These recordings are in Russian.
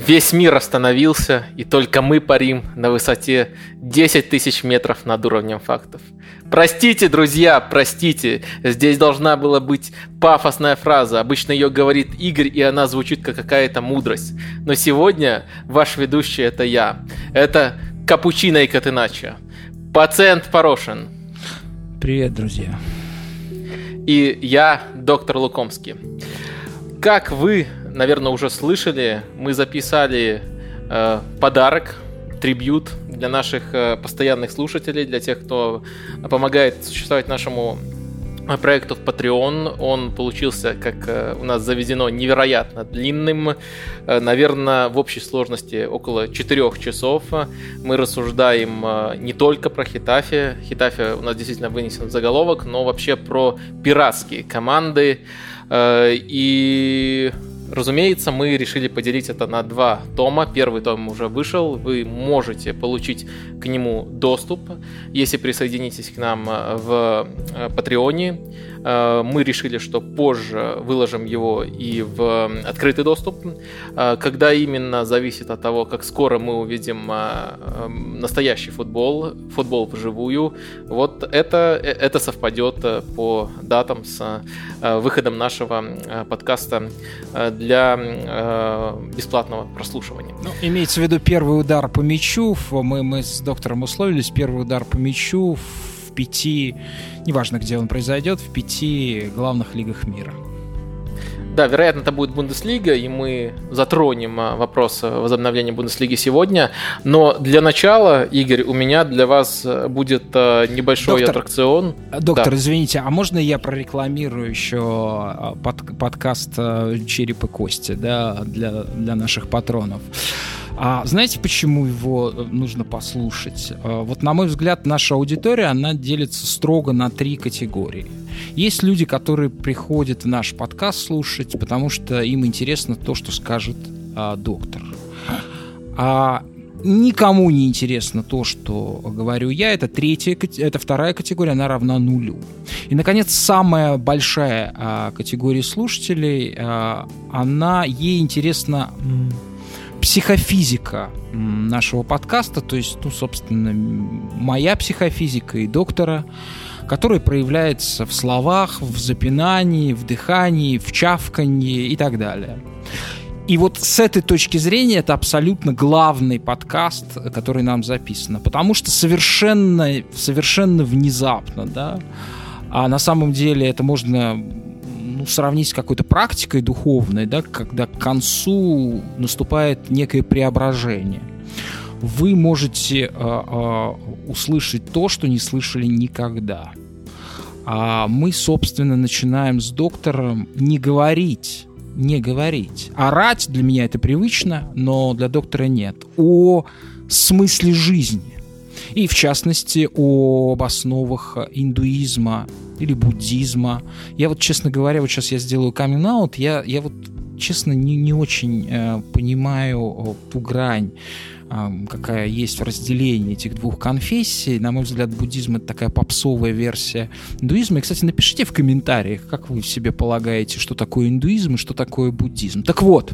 Весь мир остановился, и только мы парим на высоте 10 тысяч метров над уровнем фактов. Простите, друзья, простите, здесь должна была быть пафосная фраза. Обычно ее говорит Игорь, и она звучит как какая-то мудрость. Но сегодня ваш ведущий — это я. Это Капучино и Катыначо. Пациент Порошин. Привет, друзья. И я, доктор Лукомский. Как вы, наверное, уже слышали, мы записали подарок, трибьют для наших постоянных слушателей, для тех, кто помогает существовать нашему проекту в Patreon. Он получился, как у нас заведено, невероятно длинным. Наверное, в общей сложности около 4 часов. Мы рассуждаем не только про Хетафе. Хетафе у нас действительно вынесен в заголовок, но вообще про пиратские команды. И, разумеется, мы решили поделить это на 2 тома. Первый том уже вышел, вы можете получить к нему доступ, если присоединитесь к нам в Патреоне. Мы решили, что позже выложим его и в открытый доступ. Когда именно, зависит от того, как скоро мы увидим настоящий футбол вживую. Вот это совпадет по датам с выходом нашего подкаста для бесплатного прослушивания. Ну, имеется в виду первый удар по мячу. Мы с доктором условились, первый удар по мячу в 5, неважно, где он произойдет, в 5 главных лигах мира. Да, вероятно, это будет Бундеслига, и мы затронем вопрос возобновления Бундеслиги сегодня. Но для начала, Игорь, у меня для вас будет небольшой аттракцион. Доктор, да. Извините, а можно я прорекламирую еще подкаст «Череп и кости», да, для наших патронов? Знаете, почему его нужно послушать? Вот, на мой взгляд, наша аудитория, она делится строго на 3 категории. Есть люди, которые приходят в наш подкаст слушать, потому что им интересно то, что скажет доктор. Никому не интересно то, что говорю я. Это 2-я категория, она равна 0. И, наконец, самая большая категория слушателей, ей интересна психофизика нашего подкаста, то есть, собственно, моя психофизика и доктора, которая проявляется в словах, в запинании, в дыхании, в чавканье и так далее. И вот с этой точки зрения это абсолютно главный подкаст, который нам записан, потому что совершенно внезапно, да, а на самом деле это можно сравнить с какой-то практикой духовной, да, когда к концу наступает некое преображение. Вы можете услышать то, что не слышали никогда. Мы, собственно, начинаем с доктором не говорить. Орать для меня это привычно, но для доктора нет. О смысле жизни. И, в частности, об основах индуизма или буддизма. Я вот, честно говоря, вот сейчас я сделаю каминг-аут, я вот, честно, не очень понимаю ту грань, какая есть в разделении этих 2 конфессий. На мой взгляд, буддизм — это такая попсовая версия индуизма. И, кстати, напишите в комментариях, как вы себе полагаете, что такое индуизм и что такое буддизм. Так вот,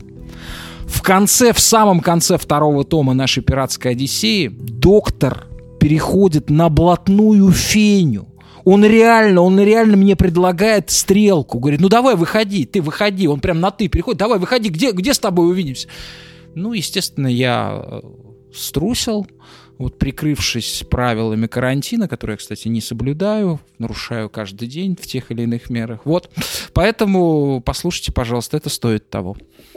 в самом конце 2-го тома нашей пиратской Одиссеи доктор переходит на блатную феню. Он реально мне предлагает стрелку. Говорит, давай, выходи. Он прям на «ты» переходит. Давай, выходи, где с тобой увидимся? Естественно, я струсил, прикрывшись правилами карантина, которые я, кстати, не соблюдаю, нарушаю каждый день в тех или иных мерах. Поэтому послушайте, пожалуйста, это стоит того.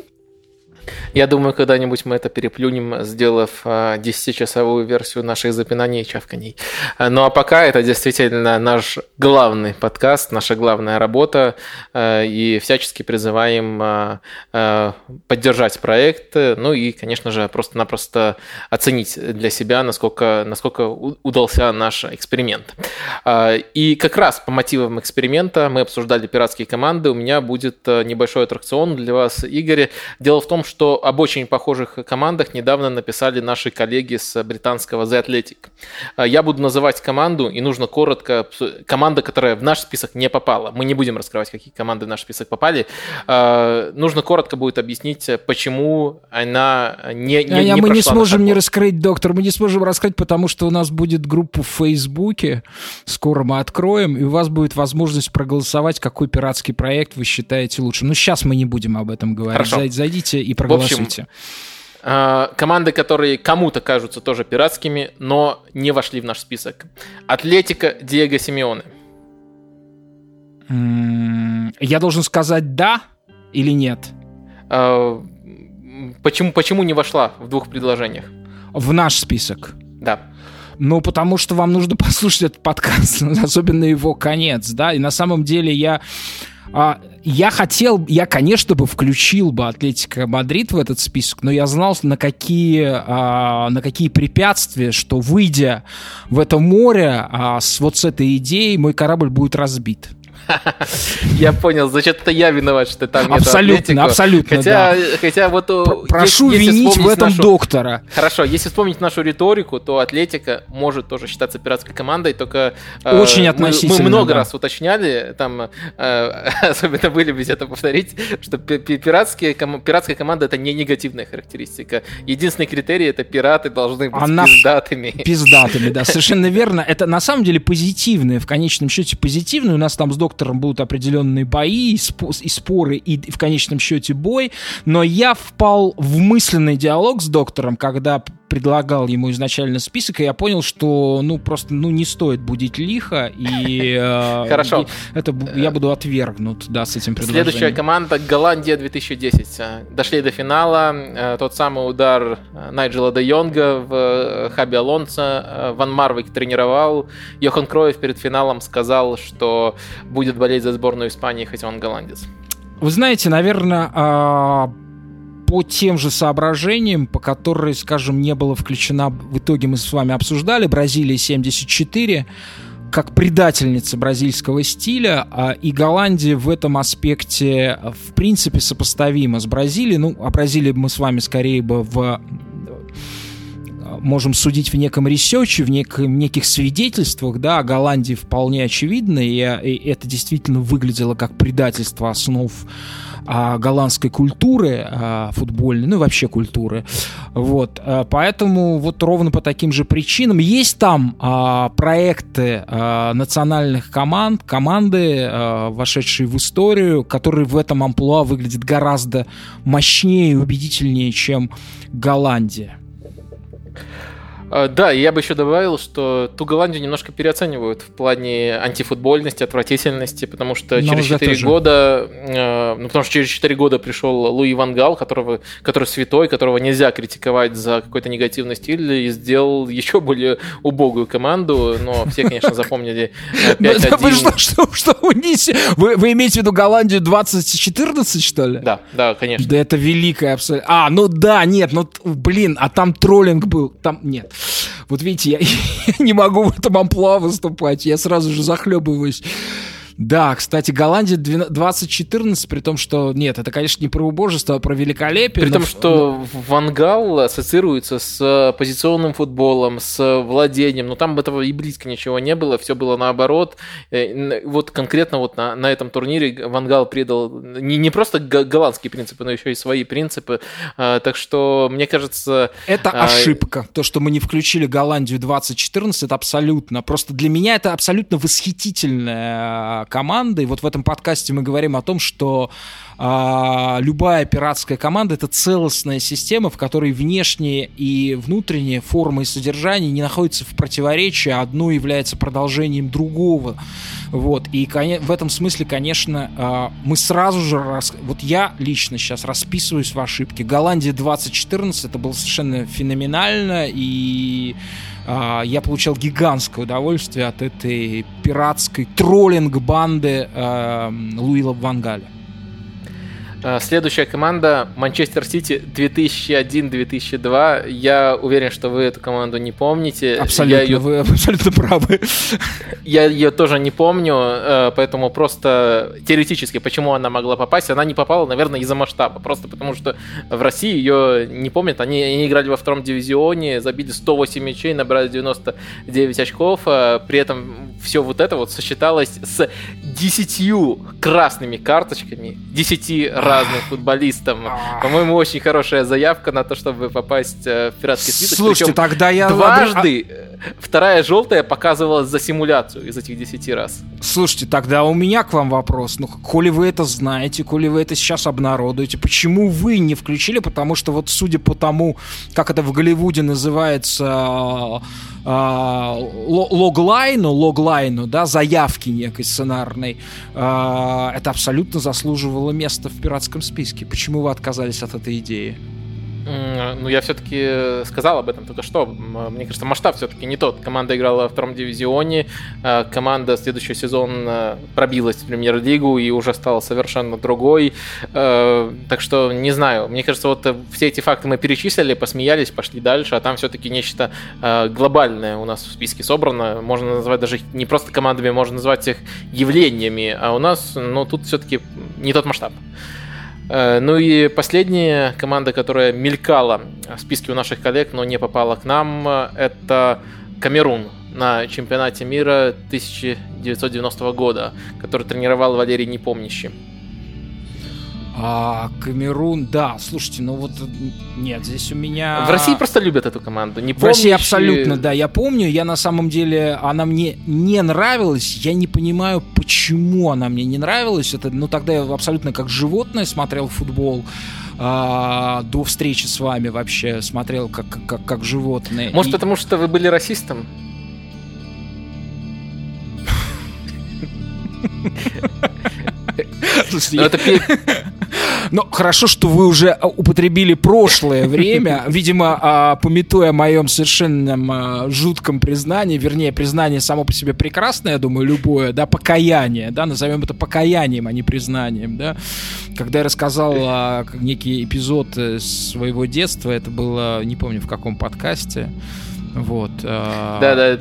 Я думаю, когда-нибудь мы это переплюнем, сделав 10-часовую версию наших запинаний и чавканий. Ну а пока это действительно наш главный подкаст, наша главная работа, и всячески призываем поддержать проект, и, конечно же, просто-напросто оценить для себя, насколько удался наш эксперимент. И как раз по мотивам эксперимента мы обсуждали пиратские команды. У меня будет небольшой аттракцион для вас, Игорь. Дело в том, что об очень похожих командах недавно написали наши коллеги с британского The Athletic. Я буду называть команду, и нужно коротко... Команда, которая в наш список не попала. Мы не будем раскрывать, какие команды в наш список попали. Нужно коротко будет объяснить, почему она не прошла. Мы не сможем не раскрыть, доктор, мы не сможем раскрыть, потому что у нас будет группа в Фейсбуке, скоро мы откроем, и у вас будет возможность проголосовать, какой пиратский проект вы считаете лучше. Ну, сейчас мы не будем об этом говорить. Хорошо. Зайдите и проголосуйте. В общем, команды, которые кому-то кажутся тоже пиратскими, но не вошли в наш список. Атлетико Диего Симеоне. Я должен сказать «да» или «нет»? Почему не вошла в двух предложениях? В наш список? Да. Ну, потому что вам нужно послушать этот подкаст, особенно его конец, да, и на самом деле я, конечно, бы включил бы Атлетико Мадрид в этот список, но я знал, на какие препятствия, что, выйдя в это море вот с этой идеей, мой корабль будет разбит. Я понял, значит, это я виноват, что там нет Атлетико. Абсолютно, хотя вот... Прошу винить в этом доктора. Хорошо, если вспомнить нашу риторику, то Атлетико может тоже считаться пиратской командой, только... Очень относительно, мы много раз уточняли, там, особенно вы любите это повторить, что пиратская команда — это не негативная характеристика. Единственный критерий — это пираты должны быть пиздатыми. Пиздатыми, да, совершенно верно. Это на самом деле позитивное, в конечном счете позитивное. У нас там с доктором будут определенные бои, и споры, и в конечном счете бой, но я впал в мысленный диалог с доктором, когда предлагал ему изначально список, и я понял, что просто не стоит будить лихо, и хорошо. Я буду отвергнут, да, с этим предложением. Следующая команда — Голландия 2010. Дошли до финала. Тот самый удар Найджела де Йонга в Хаби Алонсо. Ван Марвик тренировал. Йохан Кройф перед финалом сказал, что будет болеть за сборную Испании, хотя он голландец. Вы знаете, наверное, по тем же соображениям, по которым, скажем, не было включена, в итоге мы с вами обсуждали, Бразилия 74, как предательница бразильского стиля, и Голландия в этом аспекте, в принципе, сопоставима с Бразилией. Ну, о Бразилии мы с вами скорее бы можем судить в неком ресерче, в неких свидетельствах, да, о Голландии вполне очевидно, и это действительно выглядело как предательство основ голландской культуры футбольной, ну и вообще культуры. Вот. Поэтому вот ровно по таким же причинам есть там проекты национальных команды, вошедшие в историю, которые в этом амплуа выглядят гораздо мощнее и убедительнее, чем Голландия. Да, и я бы еще добавил, что ту Голландию немножко переоценивают в плане антифутбольности, отвратительности, потому что через 4 года, потому что через 4 года пришел Луи ван Гал, который святой, которого нельзя критиковать за какой-то негативный стиль, и сделал еще более убогую команду, но все, конечно, запомнили 5-1. Вы имеете в виду Голландию 2014, что ли? Да, конечно. Да это великая абсолютно. А там троллинг был, там нет. Вот видите, я не могу в этом амплуа выступать, я сразу же захлебываюсь. Да, кстати, Голландия 2014, при том, что, нет, это, конечно, не про убожество, а про великолепие. При том, что Ван Гал ассоциируется с позиционным футболом, с владением, но там этого и близко ничего не было, все было наоборот. Вот конкретно вот на этом турнире Ван Гал предал не просто голландские принципы, но еще и свои принципы. Так что, мне кажется... Это ошибка. То, что мы не включили Голландию 2014, это абсолютно... Просто для меня это абсолютно восхитительная команда, и вот в этом подкасте мы говорим о том, что любая пиратская команда — это целостная система, в которой внешние и внутренние формы и содержание не находятся в противоречии, а одно является продолжением другого. Вот. И в этом смысле, конечно, мы сразу же... Вот я лично сейчас расписываюсь в ошибке. Голландия 2014 — это было совершенно феноменально, и я получал гигантское удовольствие от этой пиратской троллинг-банды Луи ван Галя. Следующая команда Манчестер Сити 2001-2002. Я уверен, что вы эту команду не помните. Абсолютно, вы абсолютно правы. Я ее тоже не помню, поэтому просто теоретически, почему она могла попасть, она не попала, наверное, из-за масштаба. Просто потому, что в России ее не помнят. Они играли во втором дивизионе, забили 108 мячей, набрали 99 очков. При этом все вот это вот сочеталось с 10 красными карточками, 10 разным футболистам. По-моему, очень хорошая заявка на то, чтобы попасть в пиратский список. Слушайте, причем тогда я... Дважды вторая желтая показывалась за симуляцию из этих 10 раз. Слушайте, тогда у меня к вам вопрос. Ну, коли вы это знаете, коли вы это сейчас обнародуете, почему вы не включили? Потому что вот судя по тому, как это в Голливуде называется... логлайну, да, заявки некой сценарной, это абсолютно заслуживало места в пиратском списке. Почему вы отказались от этой идеи? Ну, я все-таки сказал об этом только что. Мне кажется, масштаб все-таки не тот. Команда играла во втором дивизионе, команда следующий сезон пробилась в премьер-лигу и уже стала совершенно другой. Так что, не знаю, мне кажется, вот все эти факты мы перечислили, посмеялись, пошли дальше, а там все-таки нечто глобальное у нас в списке собрано. Можно назвать даже не просто командами, можно назвать их явлениями, а у нас, ну, тут все-таки не тот масштаб. Ну и последняя команда, которая мелькала в списке у наших коллег, но не попала к нам, это Камерун на чемпионате мира 1990 года, который тренировал Валерий Непомнящий. Камерун, да, слушайте, ну вот нет, здесь у меня... В России просто любят эту команду. В России абсолютно, да, я помню, я на самом деле, она мне не нравилась, я не понимаю, почему она мне не нравилась, это, ну тогда я абсолютно как животное смотрел футбол, до встречи с вами вообще смотрел как животное. Может, потому что вы были расистом? Ну, хорошо, что вы уже употребили прошлое время, видимо, памятуя о моем совершенно жутком признании, вернее, признание само по себе прекрасное, я думаю, любое, да, покаяние, да, назовем это покаянием, а не признанием, да. Когда я рассказал некий эпизод своего детства, это было, не помню в каком подкасте, вот. Да,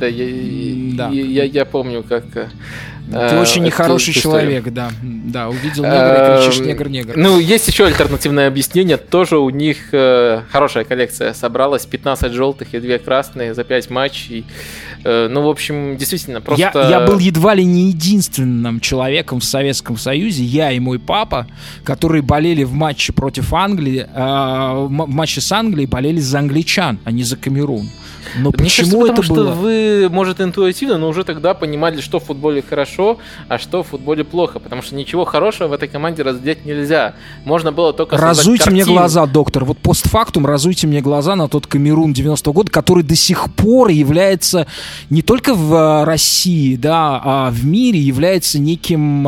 я помню, как... Ты очень нехороший человек, да. Да, увидел негра и кричишь негр. Ну, есть еще альтернативное объяснение. Тоже у них хорошая коллекция собралась. 15 желтых и 2 красные за 5 матчей. Ну, в общем, действительно, просто... Я был едва ли не единственным человеком в Советском Союзе, я и мой папа, которые болели в матче против Англии, в матче с Англией болели за англичан, а не за Камерун. Но мне почему кажется, это потому было? Что вы, может, интуитивно, но уже тогда понимали, что в футболе хорошо, а что в футболе плохо. Потому что ничего хорошего в этой команде разглядеть нельзя. Можно было только создать Разуйте картину. мне глаза, доктор. Вот постфактум разуйте мне глаза на тот Камерун 90-го года, который до сих пор является не только в России, да, а в мире является неким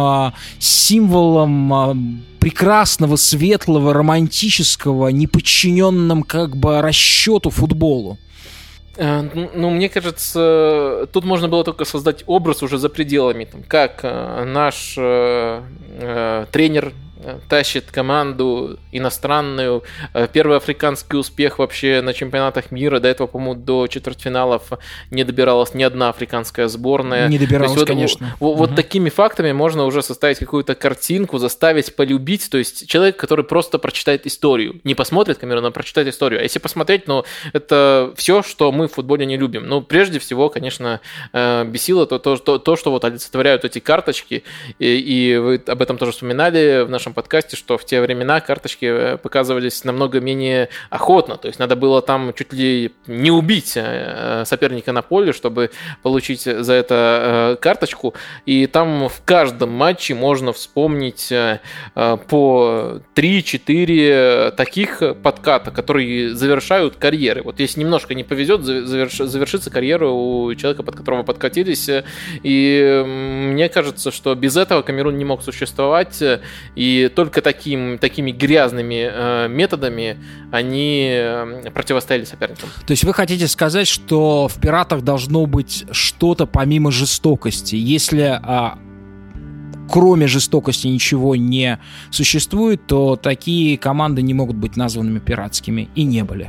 символом прекрасного, светлого, романтического, неподчиненным как бы расчету футболу. Ну, мне кажется, тут можно было только создать образ уже за пределами. Там, как наш тренер тащит команду иностранную. Первый африканский успех вообще на чемпионатах мира. До этого, по-моему, до четвертьфиналов не добиралась ни одна африканская сборная. Не добиралась, вот, конечно. Вот такими фактами можно уже составить какую-то картинку, заставить полюбить. То есть человек, который просто прочитает историю. Не посмотрит Камерун, а прочитает историю. А если посмотреть, ну, это все, что мы в футболе не любим. Ну, прежде всего, конечно, бесило то, что вот олицетворяют эти карточки. И вы об этом тоже вспоминали в нашем подкасте, что в те времена карточки показывались намного менее охотно, то есть надо было там чуть ли не убить соперника на поле, чтобы получить за это карточку, и там в каждом матче можно вспомнить по 3-4 таких подката, которые завершают карьеры. Вот если немножко не повезет, завершится карьера у человека, под которого подкатились, и мне кажется, что без этого Камерун не мог существовать, и только такими грязными методами они противостояли соперникам. То есть вы хотите сказать, что в «Пиратах» должно быть что-то помимо жестокости? Если кроме жестокости ничего не существует, то такие команды не могут быть названными пиратскими и не были.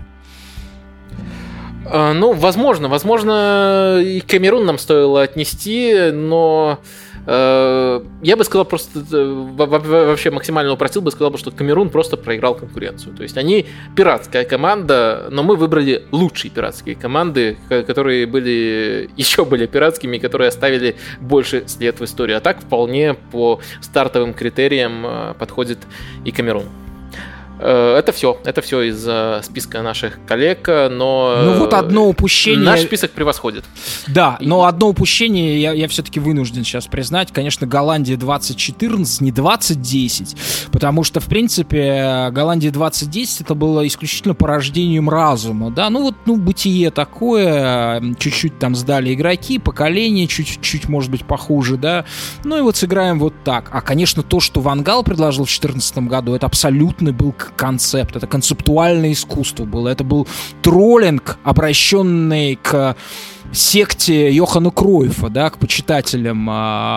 Ну, возможно, и Камерун нам стоило отнести, но я бы сказал просто, вообще максимально упростил бы, сказал бы, что Камерун просто проиграл конкуренцию. То есть они пиратская команда, но мы выбрали лучшие пиратские команды, которые были еще более пиратскими, которые оставили больше след в истории. А так вполне по стартовым критериям подходит и Камерун. Это все из списка наших коллег, но ну вот одно упущение. Наш список превосходит. Да, но одно упущение я все-таки вынужден сейчас признать. Конечно, Голландия 2014, не 2010, потому что, в принципе, Голландия 2010 это было исключительно по рождению разума, да, бытие такое, чуть-чуть там сдали игроки, поколение чуть-чуть, может быть, похуже, да, ну и вот сыграем вот так. А, конечно, то, что Ван Гал предложил в 2014 году, это абсолютно был концепт, это концептуальное искусство было, это был троллинг, обращенный к секте Йохана Кройфа, да, к почитателям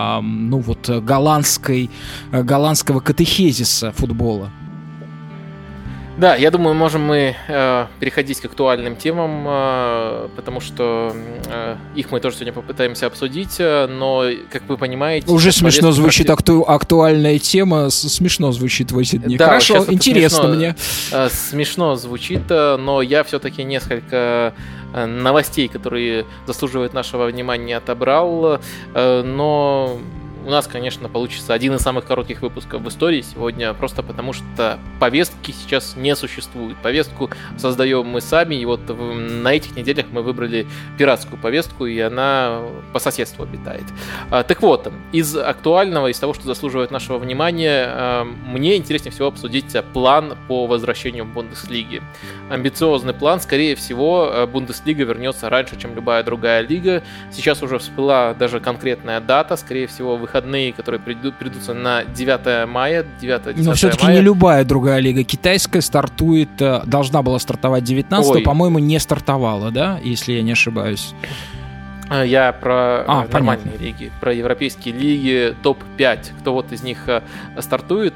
голландского катехезиса футбола. Да, я думаю, можем мы переходить к актуальным темам, потому что их мы тоже сегодня попытаемся обсудить, но, как вы понимаете... Уже смешно звучит актуальная тема, смешно звучит в эти дни. Да, хорошо, интересно мне. Смешно звучит, но я все-таки несколько новостей, которые заслуживают нашего внимания, отобрал, но... У нас, конечно, получится один из самых коротких выпусков в истории сегодня, просто потому что повестки сейчас не существует. Повестку создаем мы сами, и вот на этих неделях мы выбрали пиратскую повестку, и она по соседству обитает. Так вот, из актуального, из того, что заслуживает нашего внимания, мне интереснее всего обсудить план по возвращению в Бундеслиги. Амбициозный план, скорее всего, Бундеслига вернется раньше, чем любая другая лига. Сейчас уже всплыла даже конкретная дата, скорее всего, выходные, которые придутся на 9 мая, 9-10 Но все-таки мая. Не любая другая лига. Китайская стартует, должна была стартовать 19-го, по-моему, не стартовала, да, если я не ошибаюсь. Я про нормальные понятно. лиги, про европейские лиги, топ-5, кто вот из них стартует,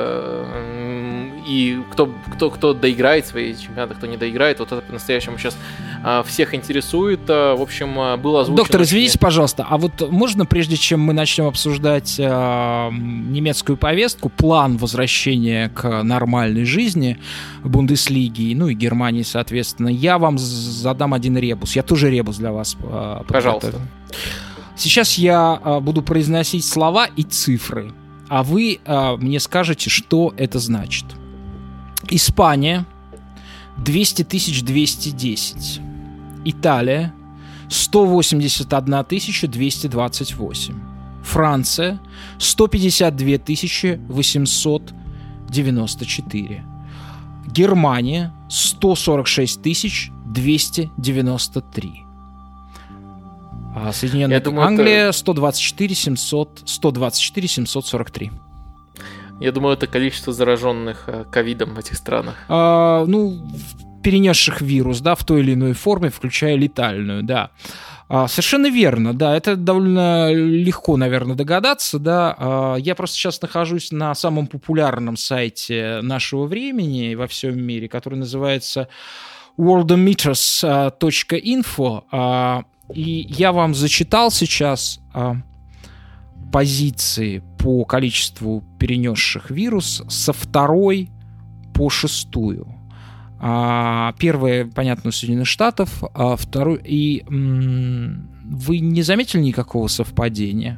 и кто доиграет свои чемпионаты, кто не доиграет, вот это по-настоящему сейчас всех интересует. В общем, было озвучено... Доктор, извините, пожалуйста, а вот можно, прежде чем мы начнем обсуждать немецкую повестку, план возвращения к нормальной жизни Бундеслиги, ну и Германии, соответственно, я вам задам один ребус. Я тоже ребус для вас Пожалуйста. Сейчас я буду произносить слова и цифры, а вы мне скажете, что это значит. Испания 200 210. Италия 181 228. Франция 152 894. Германия 146 293. Соединенная Англия 124 743. Я думаю, это количество зараженных ковидом в этих странах. Перенесших вирус, да, в той или иной форме, включая летальную, да. Совершенно верно, да, это довольно легко, наверное, догадаться, да. Я просто сейчас нахожусь на самом популярном сайте нашего времени во всем мире, который называется worldometers.info, и я вам зачитал сейчас позиции по количеству перенесших вирус со 2 по 6. Первая, понятно, у Соединенных Штатов, а второй... И вы не заметили никакого совпадения?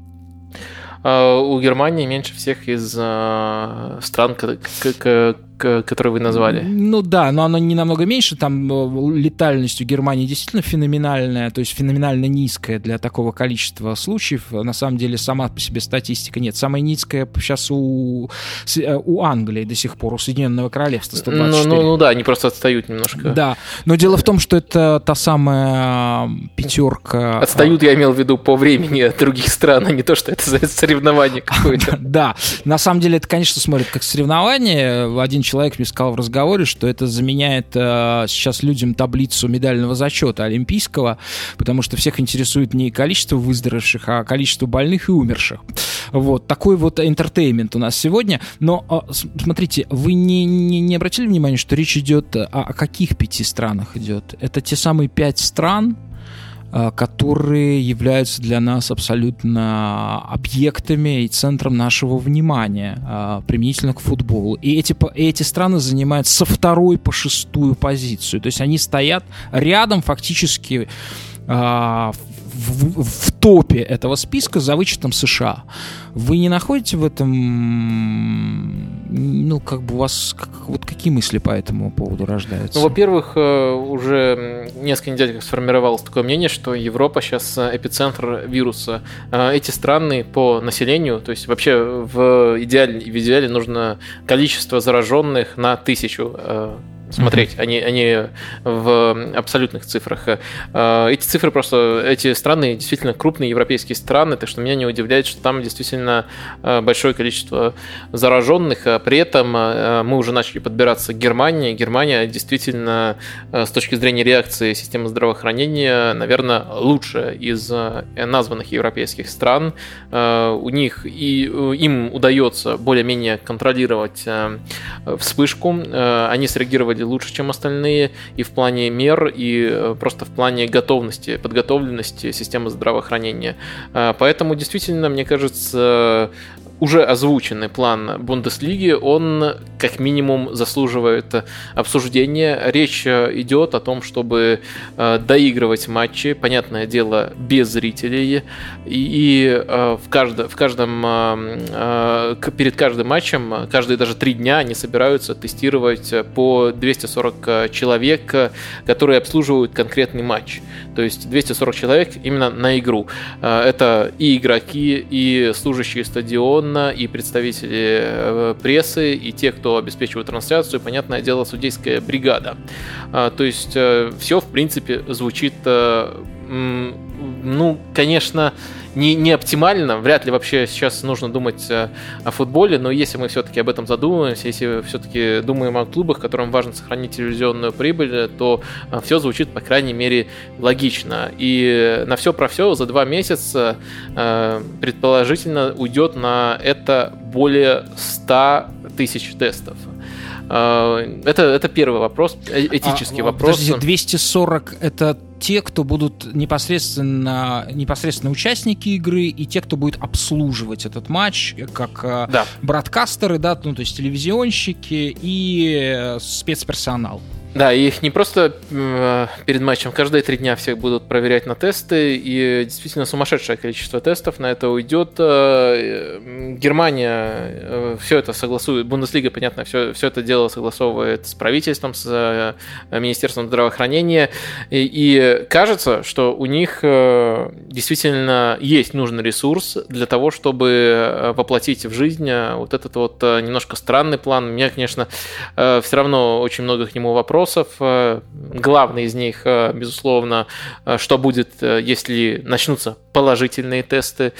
У Германии меньше всех из стран, которые вы назвали. Ну да, но оно не намного меньше. Там летальность у Германии действительно феноменальная, то есть феноменально низкая для такого количества случаев. На самом деле сама по себе статистика нет. Самая низкая сейчас у Англии до сих пор, у Соединенного Королевства 124. Ну да, они просто отстают немножко. Да, но дело в том, что это та самая пятерка... Отстают, я имел в виду, по времени от других стран, а не то, что это соревнование какое-то. Да, на самом деле это, конечно, смотрят как соревнование. Один человек мне сказал в разговоре, что это заменяет сейчас людям таблицу медального зачета олимпийского, потому что всех интересует не количество выздоровевших, а количество больных и умерших. Вот, такой вот entertainment у нас сегодня. Но, смотрите, вы не обратили внимания, что речь идет о каких 5 странах идет? Это те самые 5 стран, которые являются для нас абсолютно объектами и центром нашего внимания применительно к футболу. И эти страны занимают со 2 по 6 позицию. То есть они стоят рядом фактически в топе этого списка за вычетом США. Вы не находите в этом, ну, как бы у вас вот какие мысли по этому поводу рождаются? Ну, во-первых, уже несколько недель как сформировалось такое мнение, что Европа сейчас эпицентр вируса. Эти страны по населению, то есть вообще в идеале нужно количество зараженных на 1000 смотреть, они в абсолютных цифрах. Эти цифры просто, эти страны действительно крупные европейские страны, так что меня не удивляет, что там действительно большое количество зараженных. При этом мы уже начали подбираться к Германии. Германия действительно с точки зрения реакции системы здравоохранения, наверное, лучшая из названных европейских стран. У них им удается более-менее контролировать вспышку. Они среагировали лучше, чем остальные, и в плане мер, и просто в плане готовности, подготовленности системы здравоохранения. Поэтому действительно, мне кажется, уже озвученный план Бундеслиги, он как минимум заслуживает обсуждения. Речь идет о том, чтобы доигрывать матчи, понятное дело, без зрителей, и перед каждым матчем, каждые даже 3 дня они собираются тестировать по 240 человек, которые обслуживают конкретный матч. То есть 240 человек именно на игру. Это и игроки, и служащие стадиона, и представители прессы, и те, кто обеспечивает трансляцию, понятное дело, судейская бригада. То есть все, в принципе, звучит, ну, конечно, не оптимально, вряд ли вообще сейчас нужно думать о футболе, но если мы все-таки об этом задумываемся, если все-таки думаем о клубах, которым важно сохранить телевизионную прибыль, то все звучит, по крайней мере, логично. И на все про все за 2 месяца предположительно уйдет на это более 100 тысяч тестов. Это первый вопрос, этический вопрос. Подождите, 240 это те, кто будут непосредственно участники игры, и те, кто будет обслуживать этот матч, как бродкастеры, да, ну, то есть телевизионщики и спецперсонал. Да, и их не просто перед матчем, каждые 3 дня всех будут проверять на тесты, и действительно сумасшедшее количество тестов на это уйдет. Германия все это согласует, Бундеслига, понятно, все это дело согласовывает с правительством, с Министерством здравоохранения, и кажется, что у них действительно есть нужный ресурс для того, чтобы воплотить в жизнь вот этот вот немножко странный план. У меня, конечно, все равно очень много к нему вопросов. Главный из них, безусловно, что будет, если начнутся положительные тесты.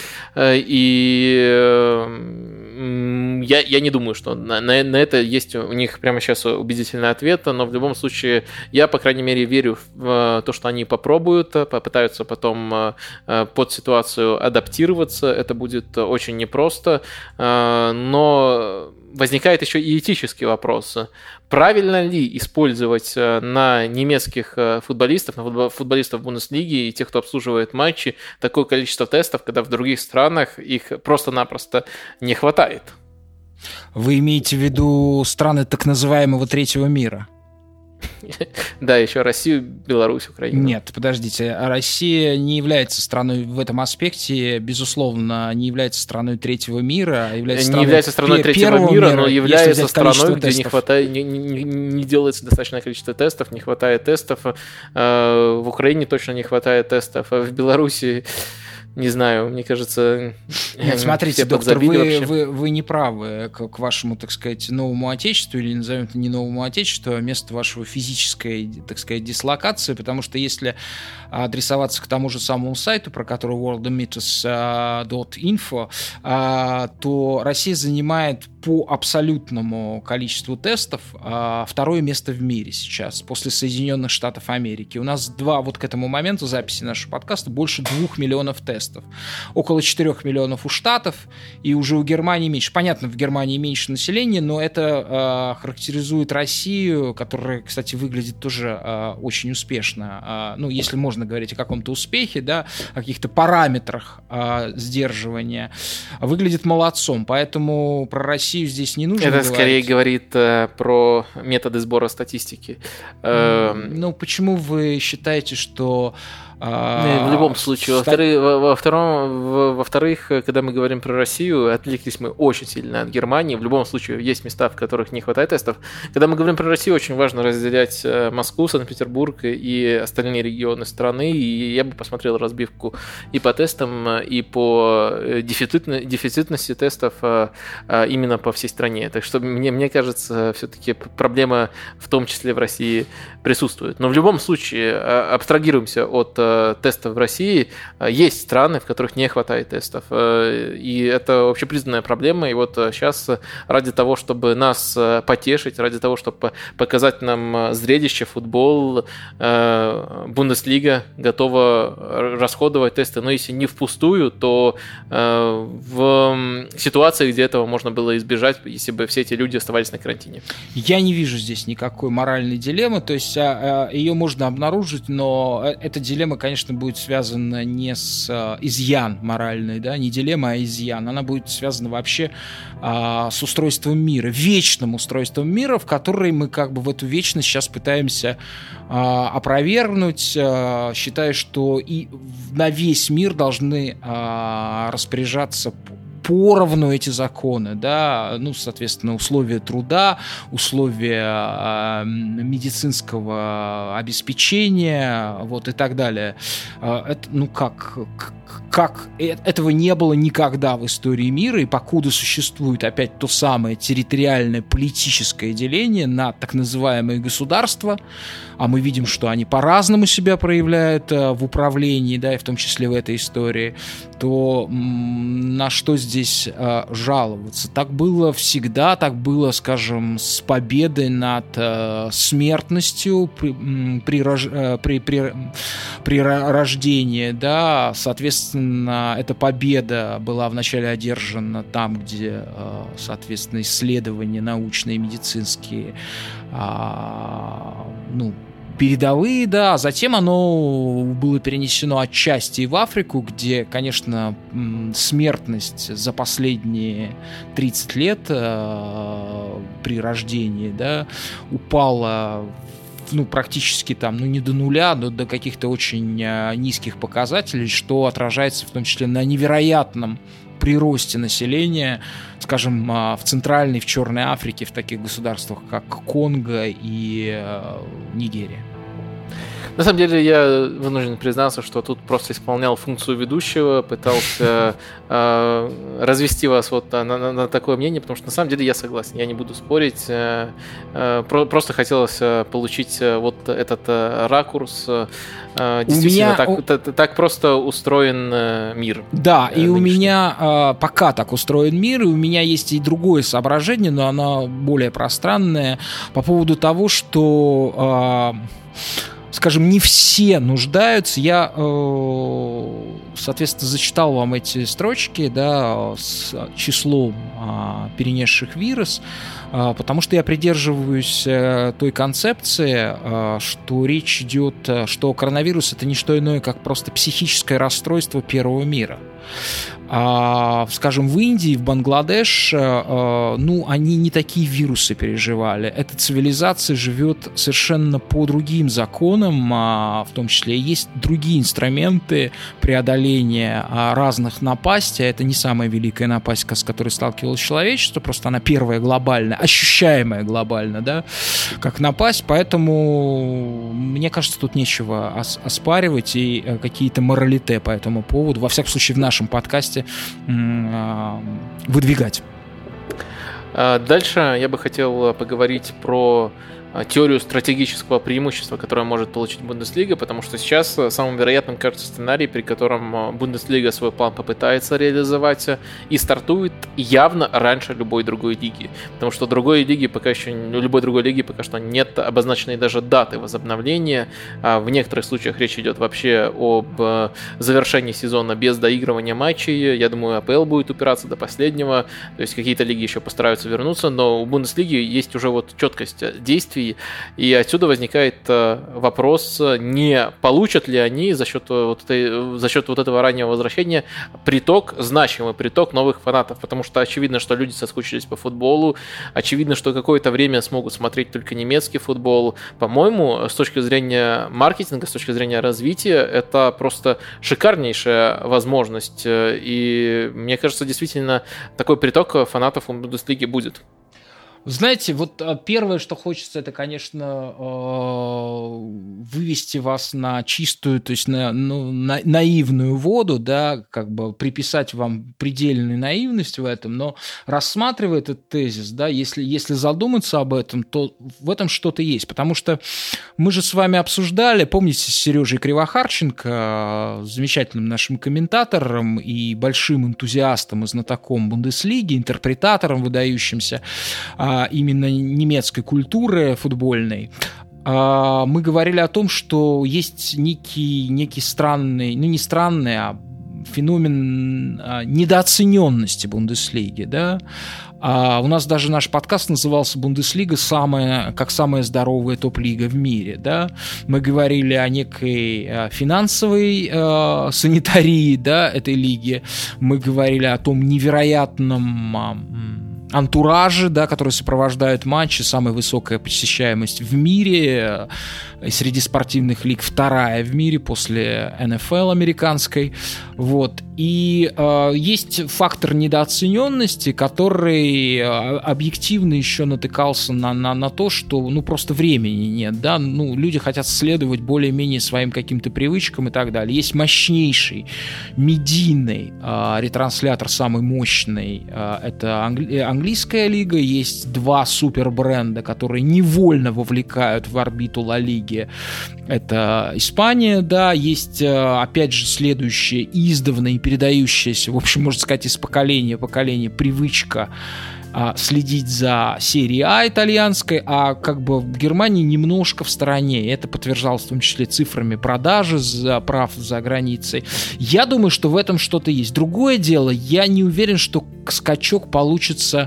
И я не думаю, что на это есть у них прямо сейчас убедительный ответ, но в любом случае я, по крайней мере, верю в то, что они попробуют, попытаются потом под ситуацию адаптироваться. Это будет очень непросто, но возникает еще и этический вопрос. Правильно ли использовать на немецких футболистов, на футболистов Бундеслиги и тех, кто обслуживает матчи, такое количество тестов, когда в других странах их просто-напросто не хватает? Вы имеете в виду страны так называемого третьего мира? Да, еще Россию, Беларусь, Украину. Нет, подождите. Россия не является страной в этом аспекте, безусловно, не является страной третьего мира, а является не является страной третьего мира, но является страной, где не хватает, не делается достаточное количество тестов, не хватает тестов. В Украине точно не хватает тестов, а в Беларуси Не знаю, мне кажется... Нет, смотрите, доктор, вы не правы к вашему, так сказать, новому отечеству, или назовем это не новому отечеству, а место вашего физической, так сказать, дислокации, потому что если адресоваться к тому же самому сайту, про который worldometers.info, то Россия занимает по абсолютному количеству тестов второе место в мире сейчас, после Соединенных Штатов Америки. У нас вот к этому моменту записи нашего подкаста больше 2 миллионов тестов. Около 4 миллионов у Штатов, и уже у Германии меньше. Понятно, в Германии меньше населения, но это характеризует Россию, которая, кстати, выглядит тоже очень успешно. Ну, если можно говорить о каком-то успехе, да, о каких-то параметрах сдерживания, выглядит молодцом. Поэтому про Россию здесь не нужно говорить. Это скорее говорит про методы сбора статистики. Ну, почему вы считаете, что... В любом случае. Во-вторых, когда мы говорим про Россию, отвлеклись мы очень сильно от Германии. В любом случае, есть места, в которых не хватает тестов. Когда мы говорим про Россию, очень важно разделять Москву, Санкт-Петербург и остальные регионы страны. И я бы посмотрел разбивку и по тестам, и по дефицитности тестов именно по всей стране. Так что мне кажется, все-таки проблема в том числе в России присутствует. Но в любом случае, абстрагируемся от тестов в России. Есть страны, в которых не хватает тестов. И это общепризнанная проблема. И вот сейчас ради того, чтобы нас потешить, ради того, чтобы показать нам зрелище, футбол, Бундеслига готова расходовать тесты. Но если не впустую, то в ситуации, где этого можно было избежать, если бы все эти люди оставались на карантине. Я не вижу здесь никакой моральной дилеммы. То есть ее можно обнаружить, но эта дилемма, конечно, будет связана не с изъян моральный, да, не дилемма, а изъян. Она будет связана вообще с устройством мира, вечным устройством мира, в который мы как бы в эту вечность сейчас пытаемся опровергнуть, считая, что и на весь мир должны распоряжаться поровну эти законы, да, ну, соответственно, условия труда, условия медицинского обеспечения, вот, и так далее. Это, ну, как этого не было никогда в истории мира, и покуда существует опять то самое территориальное политическое деление на так называемые государства, а мы видим, что они по-разному себя проявляют в управлении, да, и в том числе в этой истории, то на что здесь жаловаться? Так было всегда, так было, скажем, с победой над смертностью при рождении, да, соответственно, эта победа была вначале одержана там, где, соответственно, исследования научные, медицинские, ну, передовые, да, а затем оно было перенесено отчасти и в Африку, где, конечно, смертность за последние 30 лет при рождении, да, упала, ну, практически там, ну, не до нуля, но до каких-то очень низких показателей, что отражается в том числе на невероятном приросте населения, скажем, в Центральной, в Черной Африке, в таких государствах, как Конго и Нигерия. На самом деле, я вынужден признаться, что тут просто исполнял функцию ведущего, пытался развести вас вот на такое мнение, потому что на самом деле я согласен, я не буду спорить. Просто хотелось получить вот этот ракурс. Действительно, так просто устроен мир. Да, и у меня пока так устроен мир, и у меня есть и другое соображение, но оно более пространное, по поводу того, что... скажем, не все нуждаются. Я, соответственно, зачитал вам эти строчки, да, с числом перенесших вирус, потому что я придерживаюсь той концепции, что речь идет, что коронавирус — это не что иное, как просто психическое расстройство первого мира. Скажем, в Индии, в Бангладеш, ну, они не такие вирусы переживали. Эта цивилизация живет совершенно по другим законам, в том числе есть другие инструменты преодоления разных напастей. Это не самая великая напасть, с которой сталкивалось человечество, просто она первая глобальная. ощущаемое глобально, да, как напасть, поэтому мне кажется, тут нечего оспаривать и какие-то моралите по этому поводу, во всяком случае в нашем подкасте выдвигать. Дальше я бы хотел поговорить про теорию стратегического преимущества, которое может получить Бундеслига, потому что сейчас самым вероятным кажется сценарий, при котором Бундеслига свой план попытается реализовать и стартует явно раньше любой другой лиги, потому что любой другой лиги пока что нет обозначенной даже даты возобновления. В некоторых случаях речь идет вообще об завершении сезона без доигрывания матчей. Я думаю, АПЛ будет упираться до последнего, то есть какие-то лиги еще постараются вернуться, но у Бундеслиги есть уже вот четкость действий. И отсюда возникает вопрос, не получат ли они за счет вот этого раннего возвращения значимый приток новых фанатов, потому что очевидно, что люди соскучились по футболу, очевидно, что какое-то время смогут смотреть только немецкий футбол. По-моему, с точки зрения маркетинга, с точки зрения развития, это просто шикарнейшая возможность, и мне кажется, действительно, такой приток фанатов у Бундеслиги будет. Знаете, вот первое, что хочется, это, конечно, вывести вас на чистую, то есть на наивную воду, да, как бы приписать вам предельную наивность в этом, но рассматривая этот тезис, да, если задуматься об этом, то в этом что-то есть, потому что мы же с вами обсуждали, помните, с Сережей Кривохарченко, замечательным нашим комментатором и большим энтузиастом и знатоком Бундеслиги, интерпретатором выдающимся, именно немецкой культуры футбольной, мы говорили о том, что есть некий странный, не странный, а феномен недооцененности Бундеслиги, да. У нас даже наш подкаст назывался «Бундеслига как самая здоровая топ-лига в мире». Да? Мы говорили о некой финансовой санитарии, да, этой лиги. Мы говорили о том невероятном антураже, да, который сопровождает матчи, самая высокая посещаемость в мире, среди спортивных лиг вторая в мире после НФЛ американской. Вот. И есть фактор недооцененности, который объективно еще натыкался на то, что просто времени нет, да, люди хотят следовать более-менее своим каким-то привычкам и так далее. Есть мощнейший медийный ретранслятор, самый мощный, это английская лига, есть два супербренда, которые невольно вовлекают в орбиту Ла Лиги. Это Испания, да, есть, опять же, следующая издавна и передающаяся, в общем, можно сказать, из поколения в поколение привычка следить за серией А итальянской, а как бы в Германии немножко в стороне. Это подтверждалось в том числе цифрами продажи прав за границей. Я думаю, что в этом что-то есть. Другое дело, я не уверен, что скачок получится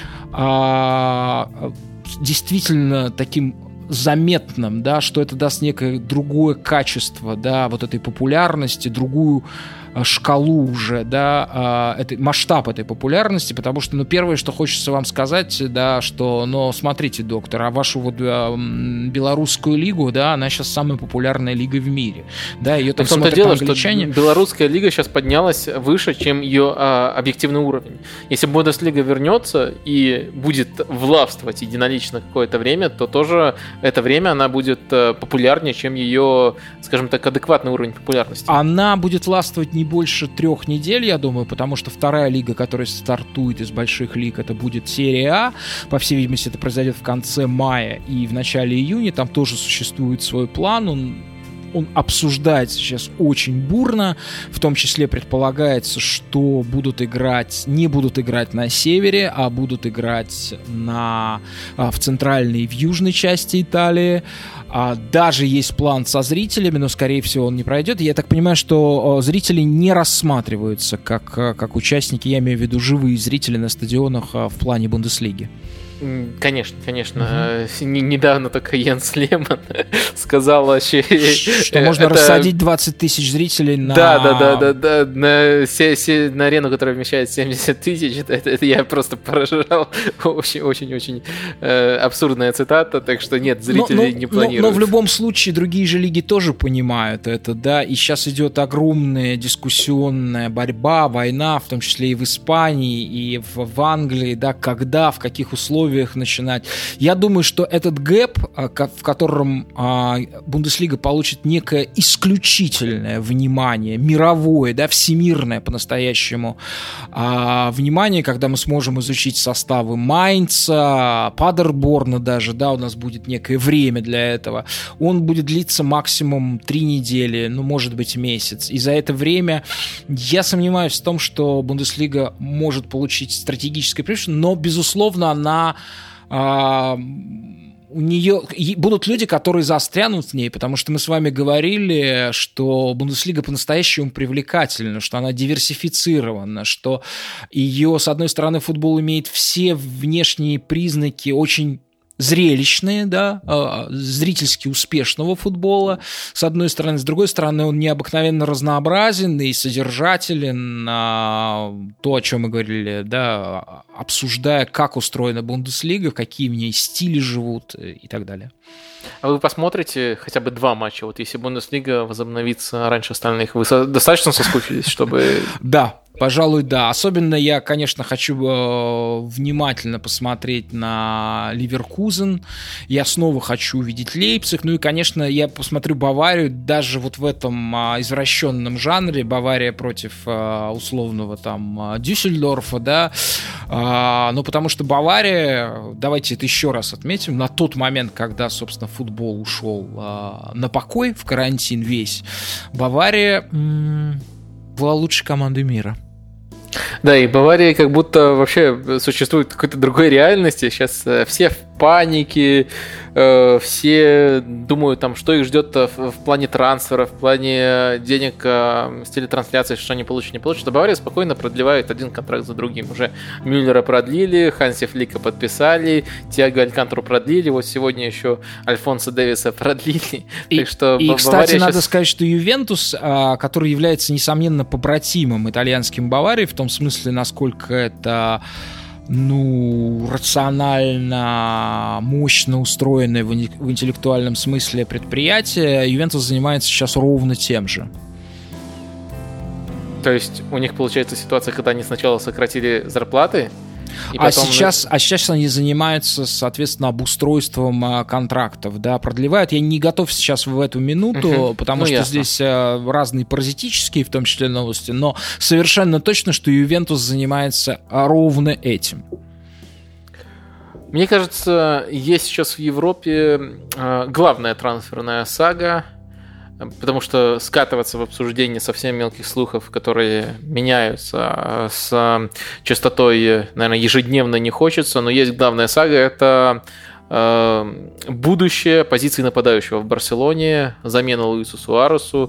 действительно таким заметным, да, что это даст некое другое качество, да, вот этой популярности, другую шкалу уже, да, масштаб этой популярности, потому что, первое, что хочется вам сказать, да, что, смотрите, доктор, а вашу вот белорусскую лигу, да, она сейчас самая популярная лига в мире, да, ее там смотрят англичане. Что белорусская лига сейчас поднялась выше, чем ее объективный уровень. Если Бундеслига вернется и будет властвовать единолично какое-то время, то тоже это время она будет популярнее, чем ее, скажем так, адекватный уровень популярности. Она будет властвовать не больше 3 недель, я думаю, потому что вторая лига, которая стартует из больших лиг, это будет серия А. По всей видимости, это произойдет в конце мая и в начале июня. Там тоже существует свой план. Он обсуждается сейчас очень бурно. В том числе предполагается, что не будут играть на севере, а будут играть в центральной и в южной части Италии. Даже есть план со зрителями, но, скорее всего, он не пройдет. Я так понимаю, что зрители не рассматриваются как участники, я имею в виду живые зрители на стадионах в плане Бундеслиги. Конечно. Недавно только Йенс Лемон сказал, что можно рассадить 20 тысяч зрителей на... Да, на арену, которая вмещает 70 тысяч. Это я просто поражал. Очень-очень абсурдная цитата, так что нет, зрители не планируют. Но в любом случае другие же лиги тоже понимают это, да, и сейчас идет огромная дискуссионная борьба, война, в том числе и в Испании, и в Англии, да, когда, в каких условиях условиях начинать. Я думаю, что этот гэп, в котором Бундеслига получит некое исключительное внимание, мировое, да, всемирное по-настоящему внимание, когда мы сможем изучить составы Майнца, Падерборна даже, да, у нас будет некое время для этого. Он будет длиться максимум 3 недели, ну, может быть, месяц. И за это время я сомневаюсь в том, что Бундеслига может получить стратегическое преимущество, но, безусловно, она... у нее будут люди, которые застрянут в ней, потому что мы с вами говорили, что Бундеслига по-настоящему привлекательна, что она диверсифицирована, что ее, с одной стороны, футбол имеет все внешние признаки очень зрелищные, да, зрительски успешного футбола, с одной стороны. С другой стороны, он необыкновенно разнообразен и содержателен. То, о чем мы говорили, да, обсуждая, как устроена Бундеслига, какие в ней стили живут и так далее. А вы посмотрите хотя бы 2 матча? Вот если Бундеслига возобновится раньше остальных, вы достаточно соскучились, чтобы... Да. Пожалуй, да. Особенно я, конечно, хочу внимательно посмотреть на Ливеркузен. Я снова хочу увидеть Лейпциг. Ну и, конечно, я посмотрю Баварию даже вот в этом извращенном жанре. Бавария против условного там Дюссельдорфа, да. Ну, потому что Бавария, давайте это еще раз отметим, на тот момент, когда, собственно, футбол ушел на покой, в карантин весь, Бавария была лучшей командой мира. Да, и Бавария как будто вообще существует в какой-то другой реальности. Сейчас все в панике, все думают, там, что их ждет в плане трансфера, в плане денег с телетрансляции, что они получат, не получат. А Бавария спокойно продлевает один контракт за другим. Уже Мюллера продлили, Ханси Флика подписали, Тиаго Алькантару продлили, вот сегодня еще Альфонсо Дэвиса продлили. Так что кстати, надо сказать, что Ювентус, который является, несомненно, побратимом итальянским Баварии, в том смысле, насколько это рационально, мощно устроенное в интеллектуальном смысле предприятие, Ювентус занимается сейчас ровно тем же. То есть у них получается ситуация, когда они сначала сократили зарплаты, сейчас они занимаются, соответственно, обустройством контрактов, да, продлевают. Я не готов сейчас в эту минуту, потому что здесь разные паразитические, в том числе, новости, но совершенно точно, что Ювентус занимается ровно этим. Мне кажется, есть сейчас в Европе главная трансферная сага, потому что скатываться в обсуждение совсем мелких слухов, которые меняются с частотой, наверное, ежедневно не хочется, но есть главная сага, это будущее позиции нападающего в Барселоне, замена Луису Суаресу,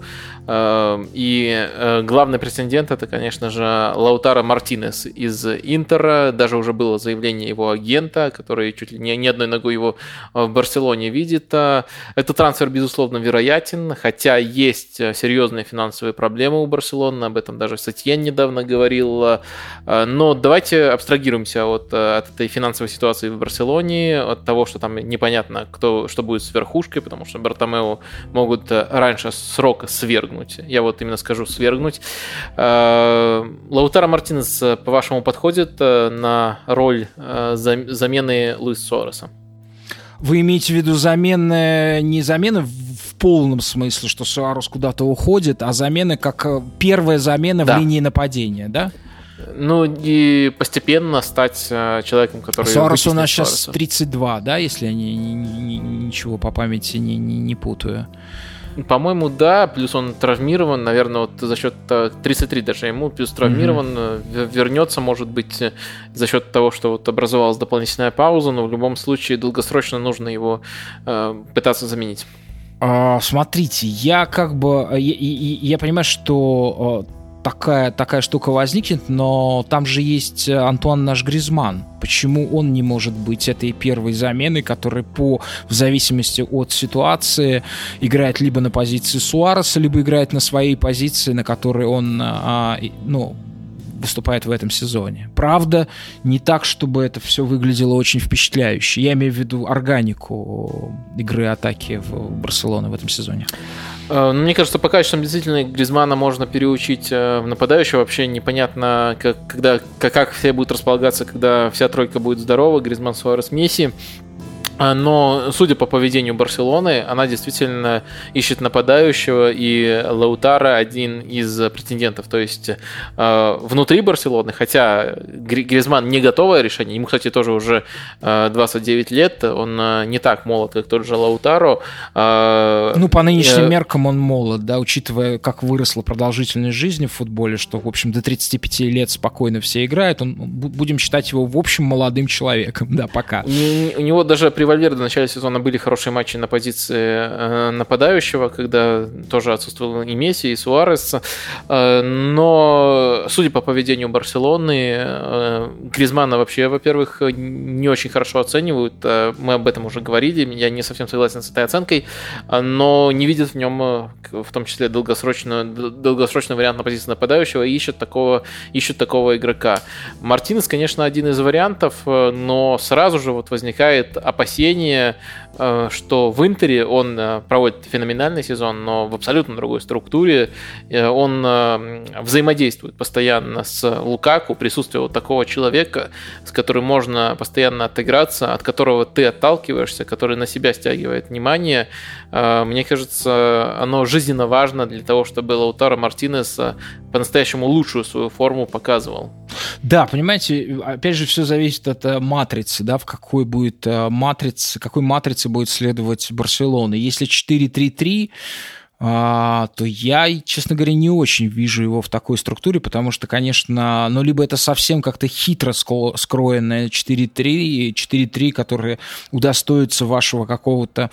и главный претендент это, конечно же, Лаутаро Мартинес из Интера. Даже уже было заявление его агента, который чуть ли не одной ногой его в Барселоне видит. Этот трансфер, безусловно, вероятен, хотя есть серьезные финансовые проблемы у Барселоны, об этом даже Сетьен недавно говорил. Но давайте абстрагируемся от этой финансовой ситуации в Барселоне, от того, что там непонятно, что будет с верхушкой, потому что Бартомеу могут раньше срока свергнуть. Я вот именно скажу свергнуть. Лаутаро Мартинес, по-вашему, подходит на роль замены Луиса Суареса? Вы имеете в виду замены, не замены в полном смысле, что Суарес куда-то уходит, а замены как первая замена в линии нападения, да? Ну и постепенно стать человеком, который... Суарес у нас сейчас 32, да, если я ничего по памяти не путаю. По-моему, да, плюс он травмирован, наверное, вот за счет 33 даже ему, плюс травмирован, вернется, может быть, за счет того, что вот образовалась дополнительная пауза, но в любом случае долгосрочно нужно его пытаться заменить. Смотрите, я понимаю, что такая штука возникнет, но там же есть Антуан наш Гризман. Почему он не может быть этой первой заменой, которая в зависимости от ситуации играет либо на позиции Суареса, либо играет на своей позиции, на которой он выступает в этом сезоне. Правда, не так, чтобы это все выглядело очень впечатляюще. Я имею в виду органику игры атаки в Барселоне в этом сезоне. Мне кажется, по качествам действительно Гризманна можно переучить в нападающего. Вообще непонятно, как все будут располагаться, когда вся тройка будет здорова. Гризманн, Суарес, Месси. Но, судя по поведению Барселоны, она действительно ищет нападающего, и Лаутаро один из претендентов. То есть внутри Барселоны, хотя Гризманн не готовое решение, ему, кстати, тоже уже 29 лет, он не так молод, как тот же Лаутаро. По нынешним меркам он молод, да, учитывая, как выросла продолжительность жизни в футболе, что, в общем, до 35 лет спокойно все играют, будем считать его, в общем, молодым человеком, да, пока. У него даже при Вальверде в начале сезона были хорошие матчи на позиции нападающего, когда тоже отсутствовал и Месси, и Суарес. Но, судя по поведению Барселоны, Гризманна вообще, во-первых, не очень хорошо оценивают. Мы об этом уже говорили, я не совсем согласен с этой оценкой, но не видят в нем, в том числе, долгосрочный вариант на позиции нападающего и ищут такого игрока. Мартинес, конечно, один из вариантов, но сразу же вот возникает опасение, что в Интере он проводит феноменальный сезон, но в абсолютно другой структуре. Он взаимодействует постоянно с Лукаку. Присутствие вот такого человека, с которым можно постоянно отыграться, от которого ты отталкиваешься, который на себя стягивает внимание, мне кажется, оно жизненно важно для того, чтобы Лаутаро Мартинес по-настоящему лучшую свою форму показывал. Да, понимаете, опять же, все зависит от матрицы, да, в какой матрице будет следовать Барселона. Если 4-3-3, то я, честно говоря, не очень вижу его в такой структуре, потому что, конечно, либо это совсем как-то хитро скроенное 4-3, которое удостоится вашего какого-то